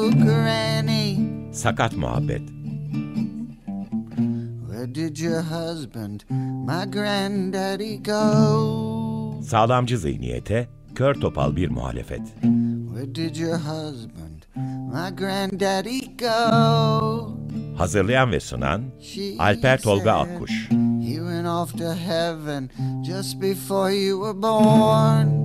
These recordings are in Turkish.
Granny. Sakat Muhabbet. Where did your husband, my granddaddy, go? Sağlamcı zihniyete, kör topal bir muhalefet. Where did your husband, my granddaddy, go? Hazırlayan ve sunan Alper Tolga Akkuş. He went off to heaven just before you were born.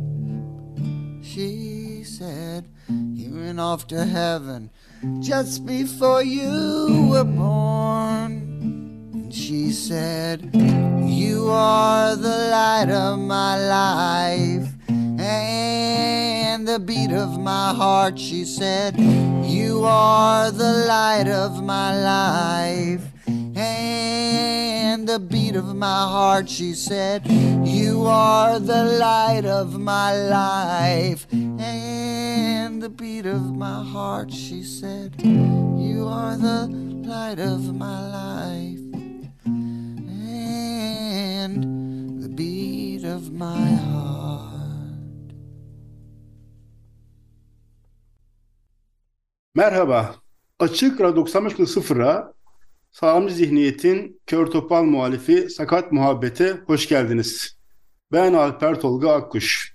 She said he went off to heaven just before you were born. And she said, you are the light of my life and the beat of my heart. She said, you are the light of my life and the beat of my heart. She said, you are the light of my life and the beat of my heart. She said, you are the light of my life and the beat of my heart. Merhaba, Açık Radyo 95.0'a Sağlamcı Zihniyet'in kör topal muhalifi Sakat Muhabbet'e hoş geldiniz. Ben Alper Tolga Akkuş.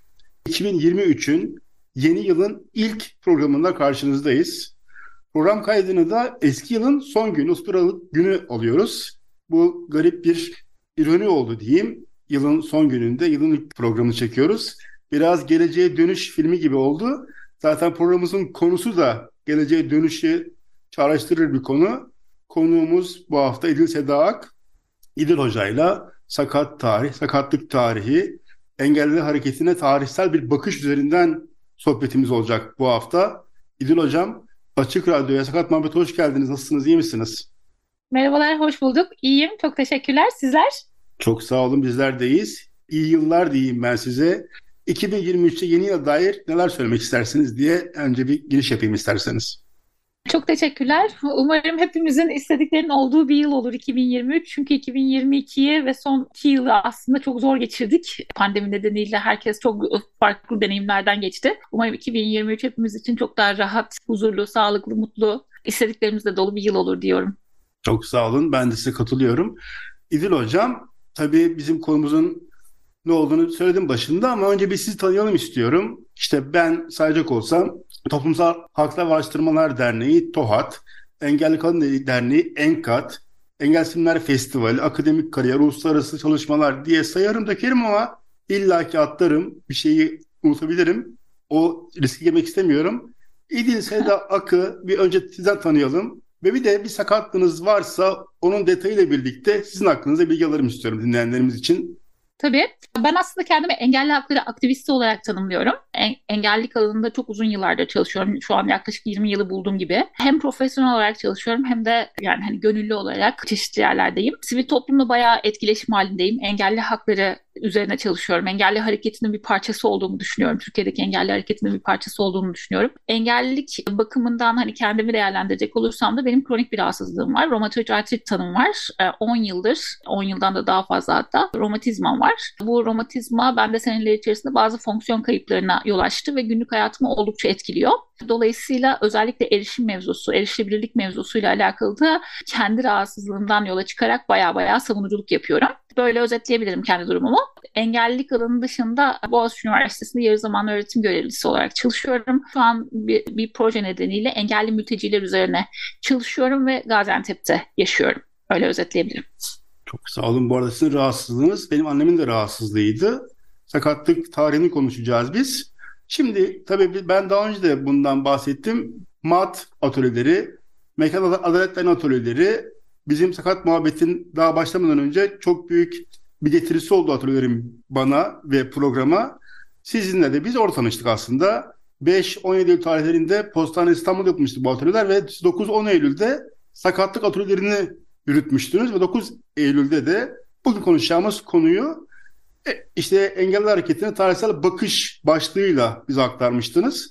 2023'ün yeni yılın ilk programında karşınızdayız. Program kaydını da eski yılın son günü, 31 Aralık günü alıyoruz. Bu garip bir ironi oldu diyeyim. Yılın son gününde yılın ilk programını çekiyoruz. Biraz geleceğe dönüş filmi gibi oldu. Zaten programımızın konusu da geleceğe dönüşü çağrıştırır bir konu. Konuğumuz bu hafta İdil Seda Ak. İdil Hoca'yla sakat tarih, sakatlık tarihi, engelli hareketine tarihsel bir bakış üzerinden sohbetimiz olacak bu hafta. İdil Hocam, Açık Radyo'ya Sakat Muhabbet'e hoş geldiniz. Nasılsınız, iyi misiniz? Merhabalar, hoş bulduk. İyiyim, çok teşekkürler. Sizler? Çok sağ olun, bizler de iyiyiz. İyi yıllar diyeyim ben size. 2023'te yeni yıla dair neler söylemek istersiniz diye önce bir giriş yapayım isterseniz. Çok teşekkürler. Umarım hepimizin istediklerinin olduğu bir yıl olur 2023. Çünkü 2022'yi ve son 2 yılı aslında çok zor geçirdik. Pandemi nedeniyle herkes çok farklı deneyimlerden geçti. Umarım 2023 hepimiz için çok daha rahat, huzurlu, sağlıklı, mutlu, istediklerimizle dolu bir yıl olur diyorum. Çok sağ olun. Ben de size katılıyorum. İdil Hocam, tabii bizim konumuzun ne olduğunu söyledim başında ama önce bir sizi tanıyalım istiyorum. İşte ben sayacak olsam Toplumsal Haklar ve Araştırmalar Derneği TOHAD, Engelli Kadın Derneği ENKAD, Engelsimler Festivali, Akademik Kariyer, Uluslararası Çalışmalar diye sayarım dökerim ama illaki atlarım, bir şeyi unutabilirim. O riski yemek istemiyorum. İdil Seda Ak'ı bir önce sizden tanıyalım ve bir de bir sakatlığınız varsa onun detayıyla birlikte sizin hakkınızda bilgi alırım istiyorum dinleyenlerimiz için. Tabii. Ben aslında kendimi engelli hakları aktivisti olarak tanımlıyorum. Engellilik alanında çok uzun yıllardır çalışıyorum. Şu an yaklaşık 20 yılı bulduğum gibi. Hem profesyonel olarak çalışıyorum hem de yani hani gönüllü olarak çeşitli yerlerdeyim. Sivil toplumla bayağı etkileşim halindeyim. Engelli hakları üzerine çalışıyorum. Engelli hareketinin bir parçası olduğumu düşünüyorum. Türkiye'deki engelli hareketinin bir parçası olduğunu düşünüyorum. Engellilik bakımından hani kendimi değerlendirecek olursam da benim kronik bir rahatsızlığım var. Romatoid artrit tanım var. 10 yıldır, 10 yıldan da daha fazla hatta romatizmam var. Bu romatizma bende seneler içerisinde bazı fonksiyon kayıplarına yol açtı ve günlük hayatımı oldukça etkiliyor. Dolayısıyla özellikle erişim mevzusu, erişilebilirlik mevzusuyla alakalı da kendi rahatsızlığımdan yola çıkarak bayağı savunuculuk yapıyorum. Böyle özetleyebilirim kendi durumumu. Engellilik alanı dışında Boğaziçi Üniversitesi'nde yarı zamanlı öğretim görevlisi olarak çalışıyorum. Şu an bir proje nedeniyle engelli mülteciler üzerine çalışıyorum ve Gaziantep'te yaşıyorum. Öyle özetleyebilirim. Çok sağ olun. Bu arada sizin rahatsızlığınız benim annemin de rahatsızlığıydı. Sakatlık tarihini konuşacağız biz. Şimdi tabii ben daha önce de bundan bahsettim. MAT atölyeleri, mekan adaletlerin atölyeleri bizim Sakat Muhabbet'in daha başlamadan önce çok büyük bir getirisi oldu atölyelerin bana ve programa. Sizinle de biz orada tanıştık aslında. 5-17 Eylül tarihlerinde Postane İstanbul yapmıştı bu atölyeler ve 9-10 Eylül'de sakatlık atölyelerini yürütmüştünüz ve 9 Eylül'de de bugün konuşacağımız konuyu işte engelli hareketine tarihsel bakış başlığıyla bize aktarmıştınız.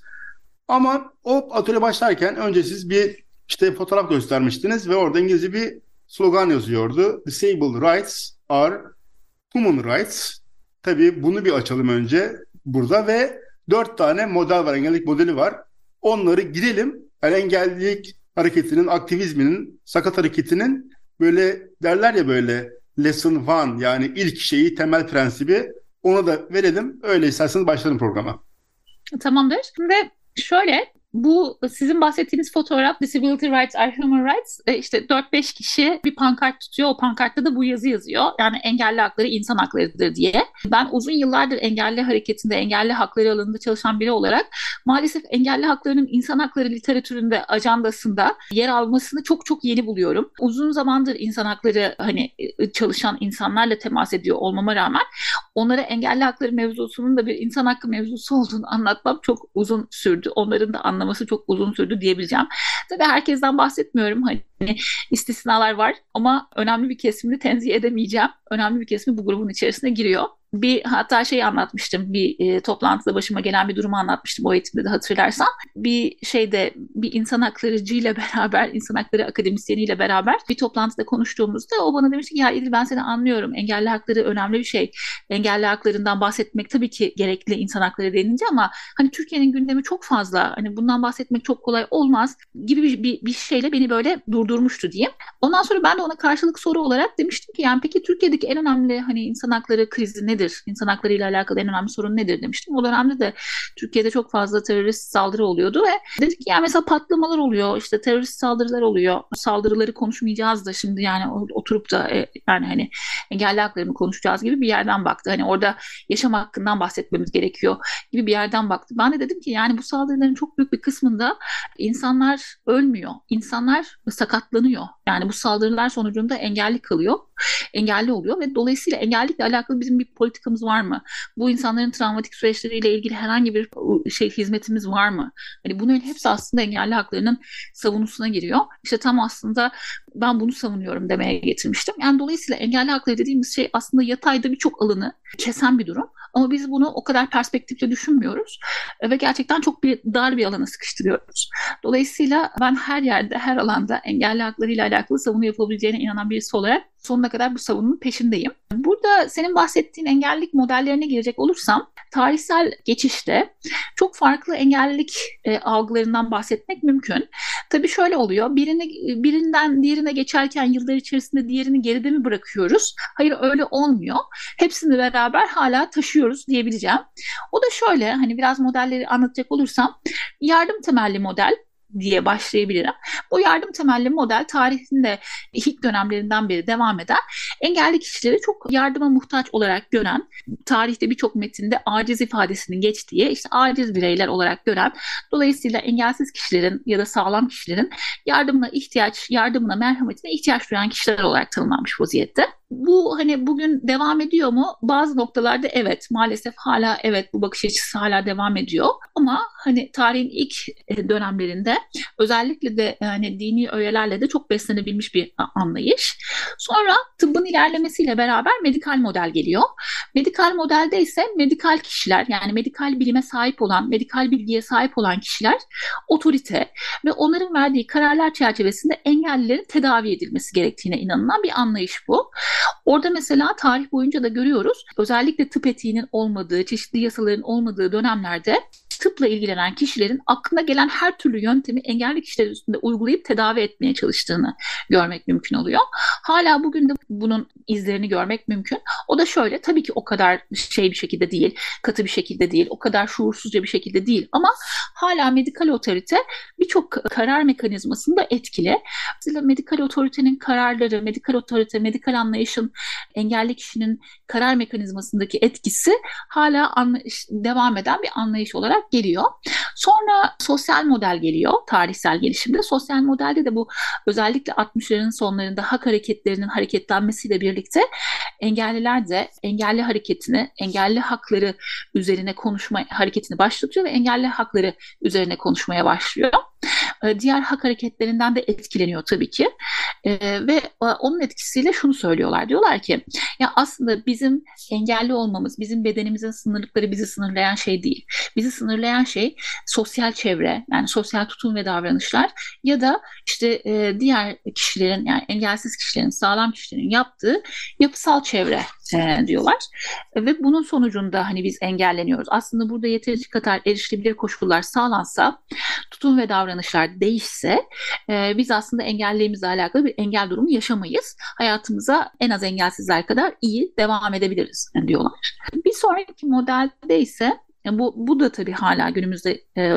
Ama o atölye başlarken önce siz bir işte fotoğraf göstermiştiniz ve orada İngilizce bir slogan yazıyordu. Disabled rights are human rights. Tabii bunu bir açalım önce burada ve 4 tane model var, engellilik modeli var. Onları gidelim Yani engellilik hareketinin, aktivizminin, sakat hareketinin böyle derler ya, böyle lesson one, yani ilk şeyi, temel prensibi, onu da verelim. Öyle isterseniz başlayalım programa. Tamamdır. Şimdi şöyle, bu sizin bahsettiğiniz fotoğraf Disability Rights are Human Rights. İşte 4-5 kişi bir pankart tutuyor. O pankartta da bu yazı yazıyor. Yani engelli hakları insan haklarıdır diye. Ben uzun yıllardır engelli hareketinde, engelli hakları alanında çalışan biri olarak maalesef engelli haklarının insan hakları literatüründe, ajandasında yer almasını çok çok yeni buluyorum. Uzun zamandır insan hakları çalışan insanlarla temas ediyor olmama rağmen onlara engelli hakları mevzusunun da bir insan hakkı mevzusu olduğunu anlatmam çok uzun sürdü. Onların da anlaması çok uzun sürdü diyebileceğim. Tabii herkesten bahsetmiyorum. İstisnalar var ama önemli bir kesimini tenzih edemeyeceğim. Önemli bir kesimi bu grubun içerisine giriyor. Hatta anlatmıştım, bir toplantıda başıma gelen bir durumu anlatmıştım o eğitimde de, hatırlarsan. Bir insan haklarıcıyla beraber, insan hakları akademisyeniyle beraber bir toplantıda konuştuğumuzda o bana demişti ki, ya İdil, ben seni anlıyorum. Engelli hakları önemli bir şey. Engelli haklarından bahsetmek tabii ki gerekli insan hakları denince ama Türkiye'nin gündemi çok fazla. Bundan bahsetmek çok kolay olmaz gibi bir şeyle beni böyle durdurmuştu diyeyim. Ondan sonra ben de ona karşılık soru olarak demiştim ki, yani peki Türkiye'deki en önemli insan hakları krizi nedir? İnsan hakları ile alakalı en önemli sorun nedir demiştim. O dönemde de Türkiye'de çok fazla terörist saldırı oluyordu ve dedik ki, yani mesela patlamalar oluyor, işte terörist saldırılar oluyor. Saldırıları konuşmayacağız da şimdi, yani oturup da engelli haklarını konuşacağız gibi bir yerden baktı. Orada yaşam hakkından bahsetmemiz gerekiyor gibi bir yerden baktı. Ben de dedim ki, yani bu saldırıların çok büyük bir kısmında insanlar ölmüyor. İnsanlar sakatlanıyor. Yani bu saldırılar sonucunda engelli kalıyor. Engelli oluyor ve dolayısıyla engellilikle alakalı bizim bir politikamız var mı? Bu insanların travmatik süreçleriyle ilgili herhangi bir hizmetimiz var mı? Bunların hepsi aslında engelli haklarının savunusuna giriyor. İşte tam aslında ben bunu savunuyorum demeye getirmiştim. Yani dolayısıyla engelli hakları dediğimiz şey aslında yatayda birçok alanı kesen bir durum. Ama biz bunu o kadar perspektifle düşünmüyoruz ve gerçekten çok dar bir alana sıkıştırıyoruz. Dolayısıyla ben her yerde, her alanda engelli haklarıyla alakalı savunu yapabileceğine inanan birisi olarak sonuna kadar bu savununun peşindeyim. Burada senin bahsettiğin engellilik modellerine girecek olursam, tarihsel geçişte çok farklı engellilik algılarından bahsetmek mümkün. Tabii şöyle oluyor, birinden diğerine geçerken yıllar içerisinde diğerini geride mi bırakıyoruz? Hayır, öyle olmuyor. Hepsini beraber hala taşıyoruz diyebileceğim. O da şöyle, biraz modelleri anlatacak olursam, yardım temelli model diye başlayabilirim. Bu yardım temelli model tarihinde ilk dönemlerinden beri devam eden, engelli kişileri çok yardıma muhtaç olarak gören, tarihte birçok metinde aciz ifadesinin geçtiği, işte aciz bireyler olarak gören, dolayısıyla engelsiz kişilerin ya da sağlam kişilerin yardımına, merhametine ihtiyaç duyan kişiler olarak tanımlanmış vaziyette. Bu bugün devam ediyor mu? Bazı noktalarda evet, maalesef hala evet, bu bakış açısı hala devam ediyor. Ama tarihin ilk dönemlerinde özellikle de dini öğelerle de çok beslenebilmiş bir anlayış. Sonra tıbbın ilerlemesiyle beraber medikal model geliyor. Medikal modelde ise medikal kişiler, yani medikal bilime sahip olan, medikal bilgiye sahip olan kişiler otorite ve onların verdiği kararlar çerçevesinde engellilerin tedavi edilmesi gerektiğine inanılan bir anlayış bu. Orada mesela tarih boyunca da görüyoruz, özellikle tıp etiğinin olmadığı, çeşitli yasaların olmadığı dönemlerde tıpla ilgilenen kişilerin aklına gelen her türlü yöntemi engelli kişiler üstünde uygulayıp tedavi etmeye çalıştığını görmek mümkün oluyor. Hala bugün de bunun izlerini görmek mümkün. O da şöyle, tabii ki o kadar bir şekilde değil, katı bir şekilde değil, o kadar şuursuzca bir şekilde değil ama hala medikal otorite birçok karar mekanizmasında etkili. Mesela medikal otoritenin kararları, medikal otorite, medikal anlayışın engelli kişinin karar mekanizmasındaki etkisi hala devam eden bir anlayış olarak geliyor. Sonra sosyal model geliyor tarihsel gelişimde. Sosyal modelde de bu özellikle 60'ların sonlarında hak hareketlerinin hareketlenmesiyle birlikte engelliler de engelli hareketini, engelli hakları üzerine konuşma hareketini başlatıyor ve engelli hakları üzerine konuşmaya başlıyor. Diğer hak hareketlerinden de etkileniyor tabii ki. Ve onun etkisiyle şunu söylüyorlar. Diyorlar ki, ya aslında bizim engelli olmamız, bizim bedenimizin sınırlıkları bizi sınırlayan şey değil. Bizi sınırlayan şey sosyal çevre, yani sosyal tutum ve davranışlar ya da işte diğer kişilerin, yani engelsiz kişilerin, sağlam kişilerin yaptığı yapısal çevre diyorlar. Ve bunun sonucunda hani biz engelleniyoruz. Aslında burada yeterince kadar erişilebilir koşullar sağlansa, tutum ve davranışlar değişse biz aslında engelliğimizle alakalı bir engel durumu yaşamayız. Hayatımıza en az engelsizler kadar iyi devam edebiliriz diyorlar. Bir sonraki modelde ise bu da tabii hala günümüzde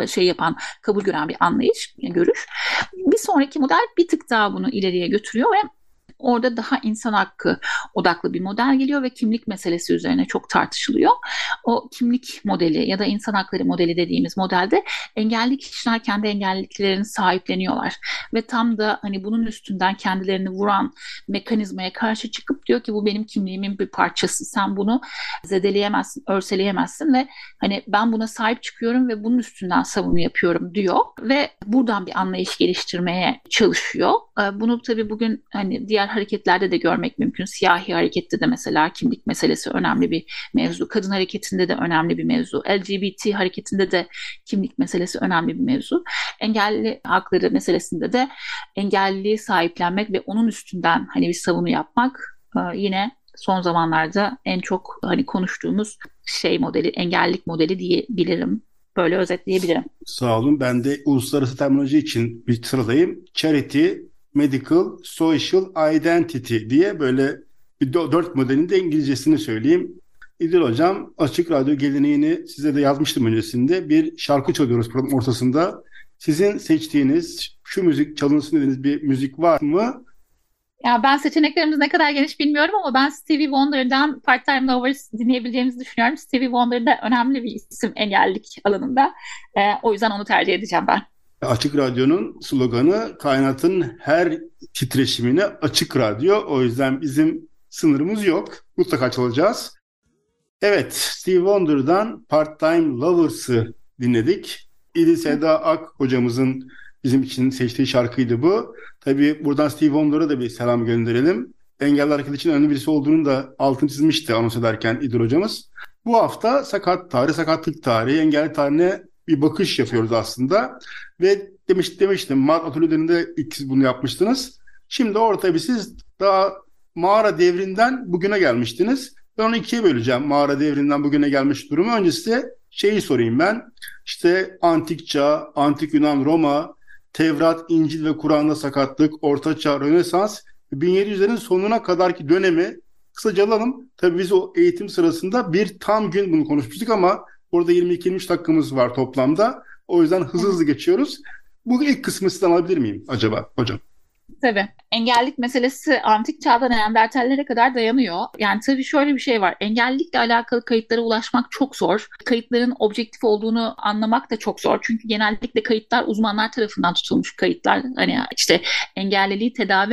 kabul gören bir anlayış, görüş. Bir sonraki model bir tık daha bunu ileriye götürüyor ve orada daha insan hakkı odaklı bir model geliyor ve kimlik meselesi üzerine çok tartışılıyor. O kimlik modeli ya da insan hakları modeli dediğimiz modelde engelli kişiler kendi engelliliklerini sahipleniyorlar. Ve tam da hani bunun üstünden kendilerini vuran mekanizmaya karşı çıkıp diyor ki bu benim kimliğimin bir parçası. Sen bunu zedeleyemezsin, örseleyemezsin ve hani ben buna sahip çıkıyorum ve bunun üstünden savunma yapıyorum diyor. Ve buradan bir anlayış geliştirmeye çalışıyor. Bunu tabii bugün hani diğer hareketlerde de görmek mümkün. Siyahi harekette de mesela kimlik meselesi önemli bir mevzu. Kadın hareketinde de önemli bir mevzu. LGBT hareketinde de kimlik meselesi önemli bir mevzu. Engelli hakları meselesinde de engelliliği sahiplenmek ve onun üstünden hani bir savunu yapmak yine son zamanlarda en çok hani konuştuğumuz modeli, engellilik modeli diyebilirim. Böyle özetleyebilirim. Sağ olun. Ben de uluslararası terminoloji için bir sıradayım. Charity, Medical, Social Identity diye böyle bir 4 modelin de İngilizcesini söyleyeyim. İdil Hocam, Açık Radyo geleneğini size de yazmıştım öncesinde. Bir şarkı çalıyoruz program ortasında. Sizin seçtiğiniz, şu müzik çalınsın dediğiniz bir müzik var mı? Ya ben seçeneklerimiz ne kadar geniş bilmiyorum ama ben Stevie Wonder'dan Part-Time Lovers dinleyebileceğimizi düşünüyorum. Stevie Wonder da önemli bir isim engellilik alanında. O yüzden onu tercih edeceğim ben. Açık Radyo'nun sloganı kainatın her titreşimine açık radyo. O yüzden bizim sınırımız yok. Mutlaka çalacağız. Evet, Stevie Wonder'dan Part-Time Lovers'ı dinledik. İdil Seda Ak hocamızın bizim için seçtiği şarkıydı bu. Tabii buradan Stevie Wonder'a da bir selam gönderelim. Engelli hareket için önemli birisi olduğunu da altını çizmişti anons ederken İdil hocamız. Bu hafta sakatlık tarihi, engelli tarihine bir bakış yapıyoruz aslında. Ve demiştim Mart atölyelerinde ilk siz bunu yapmıştınız. Şimdi ortaya siz daha mağara devrinden bugüne gelmiştiniz. Ben onu ikiye böleceğim. Mağara devrinden bugüne gelmiş durumu. Öncesi şeyi sorayım ben. İşte antik çağ, antik Yunan, Roma, Tevrat, İncil ve Kur'an'da sakatlık, Orta Çağ, Rönesans, 1700'lerin sonuna kadarki dönemi kısaca alalım. Tabii biz o eğitim sırasında bir tam gün bunu konuşmuştuk ama orada 22-23 dakikamız var toplamda. O yüzden hızlı geçiyoruz. Bu ilk kısmı sizden alabilir miyim acaba hocam? Tabii. Engellilik meselesi antik çağda Neandertallere kadar dayanıyor. Yani tabii şöyle bir şey var. Engellilikle alakalı kayıtlara ulaşmak çok zor. Kayıtların objektif olduğunu anlamak da çok zor. Çünkü genellikle kayıtlar uzmanlar tarafından tutulmuş kayıtlar. Hani işte engelliliği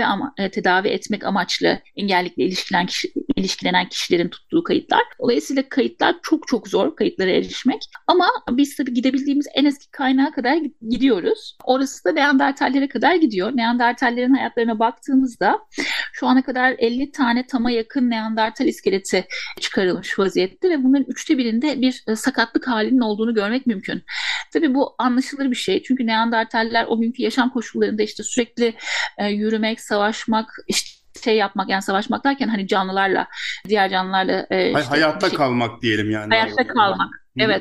tedavi etmek amaçlı engellilikle ilişkilenen kişilerin tuttuğu kayıtlar. Dolayısıyla kayıtlar çok zor kayıtlara erişmek. Ama biz tabii gidebildiğimiz en eski kaynağa kadar gidiyoruz. Orası da Neandertallere kadar gidiyor. Neandertallerin hayatlarına baktığımızda şu ana kadar 50 tane tama yakın Neandertal iskeleti çıkarılmış vaziyette ve bunların 1/3'inde bir sakatlık halinin olduğunu görmek mümkün. Tabii bu anlaşılır bir şey. Çünkü Neandertaller o günkü yaşam koşullarında işte sürekli yürümek, savaşmak, yapmak, yani savaşmak derken hani canlılarla, diğer canlılarla hayatta kalmak diyelim yani. Hayatta kalmak.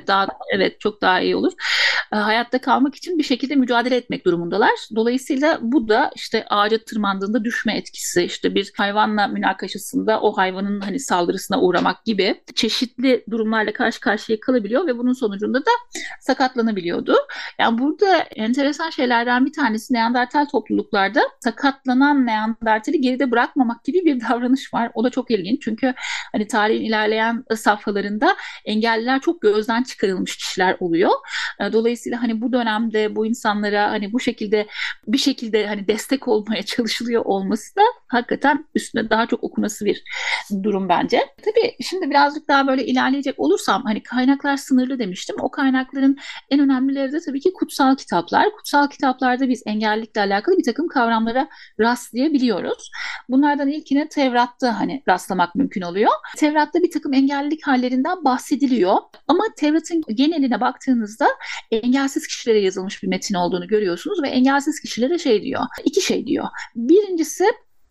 Evet, çok daha iyi olur. Hayatta kalmak için bir şekilde mücadele etmek durumundalar. Dolayısıyla bu da işte ağaca tırmandığında düşme etkisi, işte bir hayvanla münakaşasında o hayvanın hani saldırısına uğramak gibi çeşitli durumlarla karşı karşıya kalabiliyor ve bunun sonucunda da sakatlanabiliyordu. Yani burada enteresan şeylerden bir tanesi Neandertal topluluklarda sakatlanan Neandertal'i geride bırakmamak gibi bir davranış var. O da çok ilginç çünkü hani tarihin ilerleyen safhalarında engelliler çok gözden çıkarılmış kişiler oluyor. Dolayısıyla hani bu dönemde bu insanlara hani bu şekilde bir şekilde hani destek olmaya çalışılıyor olması da hakikaten üstüne daha çok okunası bir durum bence. Tabii şimdi birazcık daha böyle ilerleyecek olursam hani kaynaklar sınırlı demiştim. O kaynakların en önemlileri de tabii ki kutsal kitaplar. Kutsal kitaplarda biz engellilikle alakalı bir takım kavramlara rastlayabiliyoruz. Bunlardan ilkine Tevrat'ta hani rastlamak mümkün oluyor. Tevrat'ta bir takım engellilik hallerinden bahsediliyor. Ama Tevrat'ın geneline baktığınızda engelsiz kişilere yazılmış bir metin olduğunu görüyorsunuz ve engelsiz kişilere diyor. İki şey diyor. Birincisi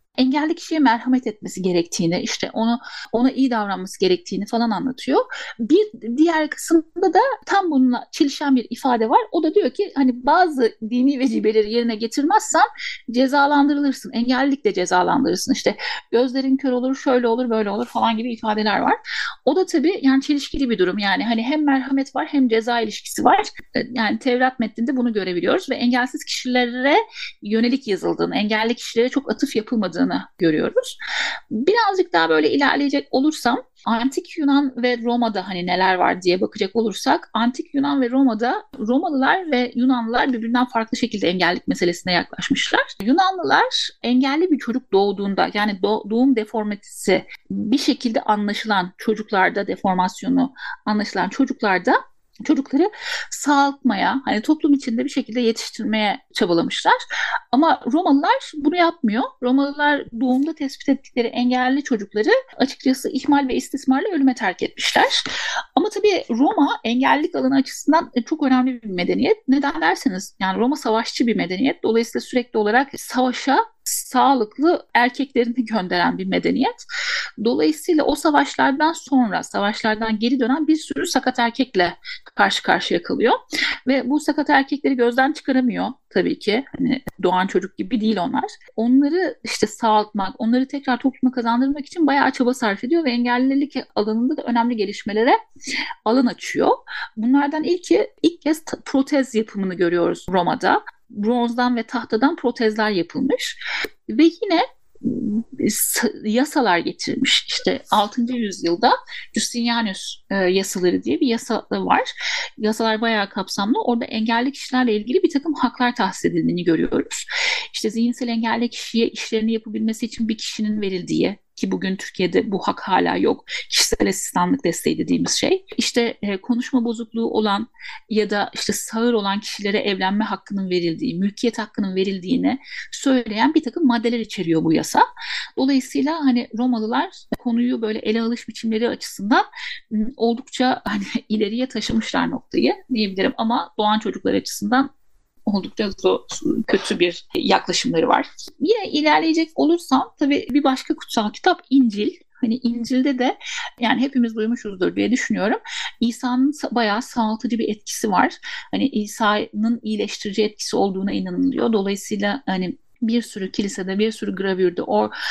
engelli kişiye merhamet etmesi gerektiğini, işte ona iyi davranması gerektiğini falan anlatıyor. Bir diğer kısımda da tam bununla çelişen bir ifade var. O da diyor ki hani bazı dini vecibeleri yerine getirmezsen cezalandırılırsın. Engellilikle cezalandırırsın. İşte gözlerin kör olur, şöyle olur, böyle olur falan gibi ifadeler var. O da tabii yani çelişkili bir durum. Yani hani hem merhamet var hem ceza ilişkisi var. Yani Tevrat metninde bunu görebiliyoruz ve engelsiz kişilere yönelik yazıldığını, engelli kişilere çok atıf yapılmadığını görüyoruz. Birazcık daha böyle ilerleyecek olursam Antik Yunan ve Roma'da hani neler var diye bakacak olursak, Antik Yunan ve Roma'da Romalılar ve Yunanlılar birbirinden farklı şekilde engellilik meselesine yaklaşmışlar. Yunanlılar engelli bir çocuk doğduğunda, yani doğum deformitesi bir şekilde anlaşılan çocuklarda, deformasyonu anlaşılan çocukları sağaltmaya, hani toplum içinde bir şekilde yetiştirmeye çabalamışlar. Ama Romalılar bunu yapmıyor. Romalılar doğumda tespit ettikleri engelli çocukları açıkçası ihmal ve istismarla ölüme terk etmişler. Ama tabii Roma engellilik alanı açısından çok önemli bir medeniyet. Neden derseniz, yani Roma savaşçı bir medeniyet. Dolayısıyla sürekli olarak savaşa sağlıklı erkeklerini gönderen bir medeniyet. Dolayısıyla o savaşlardan geri dönen bir sürü sakat erkekle karşı karşıya kalıyor. Ve bu sakat erkekleri gözden çıkaramıyor tabii ki. Hani doğan çocuk gibi değil onlar. Onları işte sağaltmak, onları tekrar topluma kazandırmak için bayağı çaba sarf ediyor ve engellilik alanında da önemli gelişmelere alan açıyor. Bunlardan ilk kez protez yapımını görüyoruz Roma'da. Bronzdan ve tahtadan protezler yapılmış ve yine yasalar getirmiş. İşte 6. yüzyılda Justinianus yasaları diye bir yasa var. Yasalar bayağı kapsamlı. Orada engelli kişilerle ilgili bir takım haklar tahsis edildiğini görüyoruz. İşte zihinsel engelli kişiye işlerini yapabilmesi için bir kişinin verildiği, ki bugün Türkiye'de bu hak hala yok. Kişisel asistanlık desteği dediğimiz şey. İşte konuşma bozukluğu olan ya da işte sağır olan kişilere evlenme hakkının verildiği, mülkiyet hakkının verildiğini söyleyen bir takım maddeler içeriyor bu yasa. Dolayısıyla hani Romalılar konuyu böyle ele alış biçimleri açısından oldukça hani ileriye taşımışlar noktayı diyebilirim, ama doğan çocuklar açısından oldukça kötü bir yaklaşımları var. Yine ilerleyecek olursam tabii bir başka kutsal kitap İncil. Hani İncil'de de yani hepimiz duymuşuzdur diye düşünüyorum. İsa'nın bayağı sağaltıcı bir etkisi var. Hani İsa'nın iyileştirici etkisi olduğuna inanılıyor. Dolayısıyla hani bir sürü kilisede, bir sürü gravürde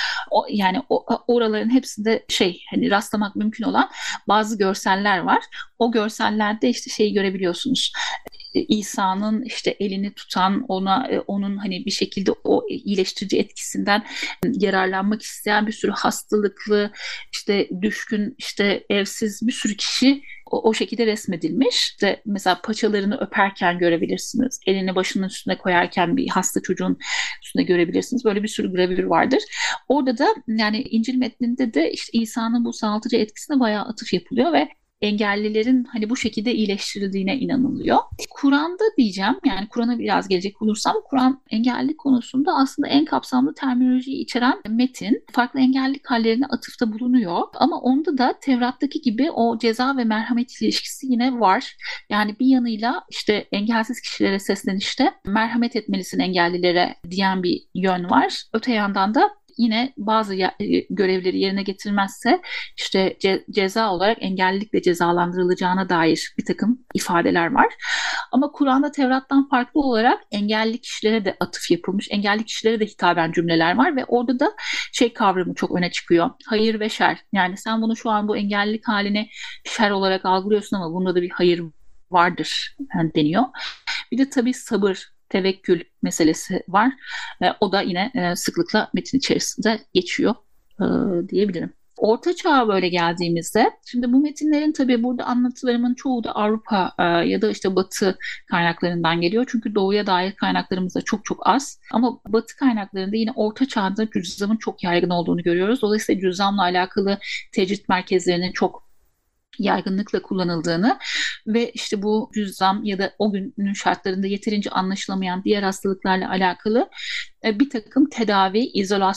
yani oraların hepsinde hani rastlamak mümkün olan bazı görseller var. O görsellerde işte şeyi görebiliyorsunuz. İsa'nın işte elini tutan, onun hani bir şekilde o iyileştirici etkisinden yararlanmak isteyen bir sürü hastalıklı, işte düşkün, işte evsiz bir sürü kişi o şekilde resmedilmiş. İşte mesela paçalarını öperken görebilirsiniz. Elini başının üstüne koyarken bir hasta çocuğun üstüne görebilirsiniz. Böyle bir sürü gravür vardır. Orada da yani İncil metninde de işte İsa'nın bu sağaltıcı etkisine bayağı atıf yapılıyor ve engellilerin hani bu şekilde iyileştirildiğine inanılıyor. Kur'an'da diyeceğim, yani Kur'an'a biraz gelecek olursam, Kur'an engellilik konusunda aslında en kapsamlı terminolojiyi içeren metin. Farklı engellilik hallerine atıfta bulunuyor. Ama onda da Tevrat'taki gibi o ceza ve merhamet ilişkisi yine var. Yani bir yanıyla işte engelsiz kişilere seslenişte merhamet etmelisin engellilere diyen bir yön var. Öte yandan da yine bazı görevleri yerine getirmezse işte ceza olarak engellilikle cezalandırılacağına dair bir takım ifadeler var. Ama Kur'an'da Tevrat'tan farklı olarak engelli kişilere de atıf yapılmış, engelli kişilere de hitaben cümleler var ve orada da kavramı çok öne çıkıyor. Hayır ve şer. Yani sen bunu şu an bu engellilik halini şer olarak algılıyorsun ama bunda da bir hayır vardır deniyor. Bir de tabii sabır, tevekkül meselesi var. O da yine sıklıkla metin içerisinde geçiyor diyebilirim. Orta Çağ'a böyle geldiğimizde, şimdi bu metinlerin tabii burada anlatılarımın çoğu da Avrupa ya da işte Batı kaynaklarından geliyor. Çünkü Doğu'ya dair kaynaklarımız da çok çok az. Ama Batı kaynaklarında yine Orta Çağ'da cüzzamın çok yaygın olduğunu görüyoruz. Dolayısıyla cüzzamla alakalı tecrit merkezlerinin çok yaygınlıkla kullanıldığını ve işte bu cüzzam ya da o günün şartlarında yeterince anlaşılamayan diğer hastalıklarla alakalı bir takım tedavi, izolasyon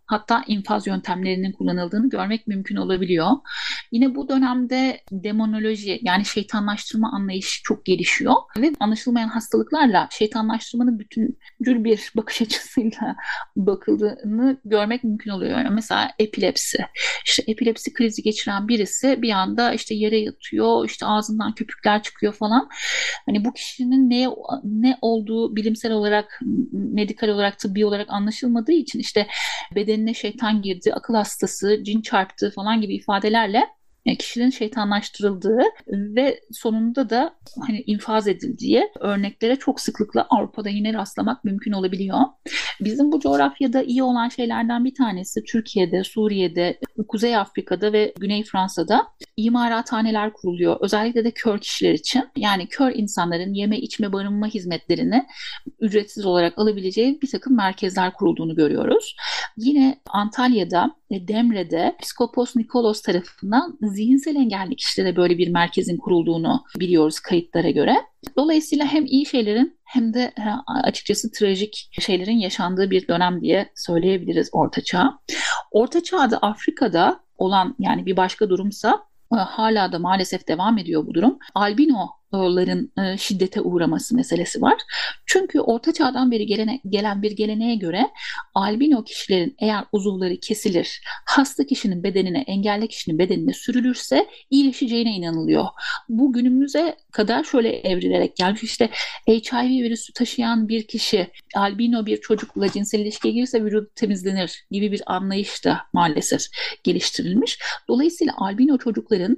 hatta infaz yöntemlerinin kullanıldığını görmek mümkün olabiliyor. Yine bu dönemde demonoloji yani şeytanlaştırma anlayışı çok gelişiyor ve anlaşılmayan hastalıklarla şeytanlaştırmanın bütüncül bir bakış açısıyla bakıldığını görmek mümkün oluyor. Yani mesela epilepsi. İşte epilepsi krizi geçiren birisi bir anda işte yere yatıyor, işte ağzından köpükler çıkıyor falan. Hani bu kişinin ne olduğu bilimsel olarak, medikal olarak, tıbbi olarak anlaşılmadığı için işte bedenine şeytan girdi, akıl hastası, cin çarptı falan gibi ifadelerle kişinin şeytanlaştırıldığı ve sonunda da hani infaz edildiği örneklere çok sıklıkla Avrupa'da yine rastlamak mümkün olabiliyor. Bizim bu coğrafyada iyi olan şeylerden bir tanesi Türkiye'de, Suriye'de, Kuzey Afrika'da ve Güney Fransa'da imarathaneler kuruluyor. Özellikle de kör kişiler için. Yani kör insanların yeme, içme, barınma hizmetlerini ücretsiz olarak alabileceği bir takım merkezler kurulduğunu görüyoruz. Yine Antalya'da, Demre'de Psikopos Nikolos tarafından zihinsel engelli kişilere böyle bir merkezin kurulduğunu biliyoruz kayıtlara göre. Dolayısıyla hem iyi şeylerin hem de açıkçası trajik şeylerin yaşandığı bir dönem diye söyleyebiliriz Orta Çağ. Orta Çağ'da Afrika'da olan yani bir başka durumsa hala da maalesef devam ediyor bu durum. Albinoların şiddete uğraması meselesi var. Çünkü Orta Çağ'dan beri gelen bir geleneğe göre albino kişilerin eğer uzuvları kesilir, hasta kişinin bedenine, engelli kişinin bedenine sürülürse iyileşeceğine inanılıyor. Bu günümüze kadar şöyle evrilerek gelmiş. İşte HIV virüsü taşıyan bir kişi albino bir çocukla cinsel ilişkiye girse vücudu temizlenir gibi bir anlayış da maalesef geliştirilmiş. Dolayısıyla albino çocukların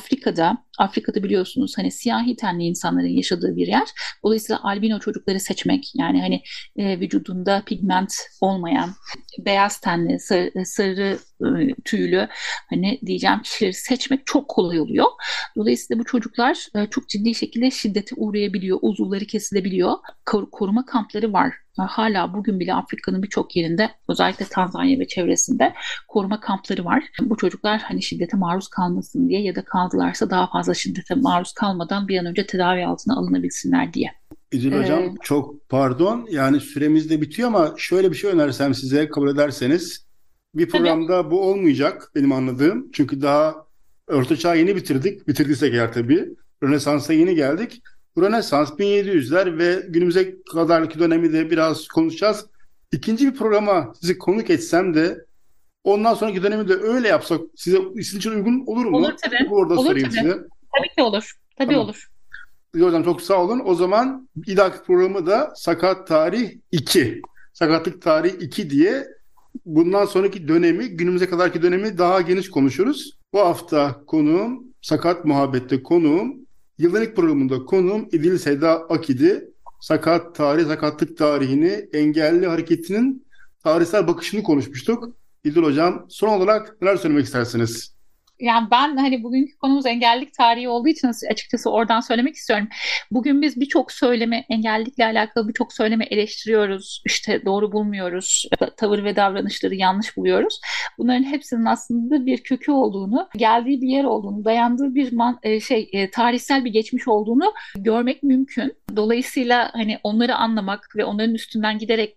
Afrika'da biliyorsunuz hani siyahi tenli insanların yaşadığı bir yer. Dolayısıyla albino çocukları seçmek yani hani vücudunda pigment olmayan, beyaz tenli, sarı tüylü hani diyeceğim kişileri seçmek çok kolay oluyor. Dolayısıyla bu çocuklar çok ciddi şekilde şiddete uğrayabiliyor, uzuvları kesilebiliyor. Koruma kampları var. Hala bugün bile Afrika'nın birçok yerinde özellikle Tanzanya ve çevresinde koruma kampları var. Bu çocuklar hani şiddete maruz kalmasın diye ya da kaldılarsa daha fazla şiddete maruz kalmadan bir an önce tedavi altına alınabilsinler diye. İdil Hocam çok pardon yani süremiz de bitiyor ama şöyle bir şey önersem size kabul ederseniz bir programda tabii. Bu olmayacak benim anladığım. Çünkü daha Orta Çağ'ı yeni bitirdik. Bitirdiysek eğer tabii. Rönesans'a yeni geldik. Rönesans 1700'ler ve günümüze kadarki dönemi de biraz konuşacağız. İkinci bir programa sizi konuk etsem de ondan sonraki dönemi de öyle yapsak sizin için uygun olur mu? Olur tabii. Orada olur sorayım tabii. size. Tabii ki olur. Tabii tamam. Olur. Hocam çok sağ olun. O zaman bir dahaki programı da Sakat Tarih 2. Sakatlık Tarih 2 diye bundan sonraki dönemi, günümüze kadarki dönemi daha geniş konuşuruz. Bu hafta konuğum, Sakat Muhabbet'te konuğum, yılın ilk programında konuğum İdil Seda Akidi. Sakat tarih, sakatlık tarihini, engelli hareketinin tarihsel bakışını konuşmuştuk. İdil Hocam, son olarak neler söylemek istersiniz? Yani ben hani bugünkü konumuz engellilik tarihi olduğu için açıkçası oradan söylemek istiyorum. Bugün biz birçok söylemi, engellilikle alakalı birçok söylemi eleştiriyoruz. İşte doğru bulmuyoruz, tavır ve davranışları yanlış buluyoruz. Bunların hepsinin aslında bir kökü olduğunu, geldiği bir yer olduğunu, dayandığı bir tarihsel bir geçmiş olduğunu görmek mümkün. Dolayısıyla hani onları anlamak ve onların üstünden giderek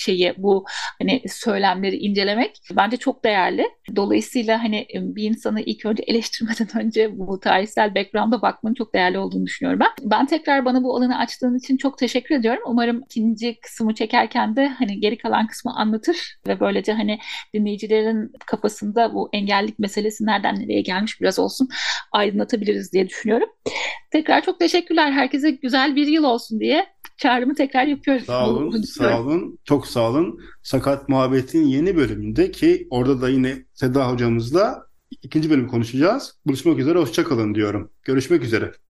bu hani söylemleri incelemek bence çok değerli. Dolayısıyla hani bir insanı ilk önce eleştirmeden önce bu tarihsel background'a bakmanın çok değerli olduğunu düşünüyorum ben. Ben tekrar bana bu alanı açtığın için çok teşekkür ediyorum. Umarım ikinci kısmı çekerken de hani geri kalan kısmı anlatır ve böylece hani dinleyicilerin kafasında bu engellilik meselesi nereden nereye gelmiş biraz olsun aydınlatabiliriz diye düşünüyorum. Tekrar çok teşekkürler. Herkese güzel bir yıl olsun diye çağrımı tekrar yapıyorum. Sağ olun, sağ olun. Çok sağ olun. Sakat Muhabbet'in yeni bölümünde ki orada da yine Seda hocamızla ikinci bölüm konuşacağız. Buluşmak üzere, hoşça kalın diyorum. Görüşmek üzere.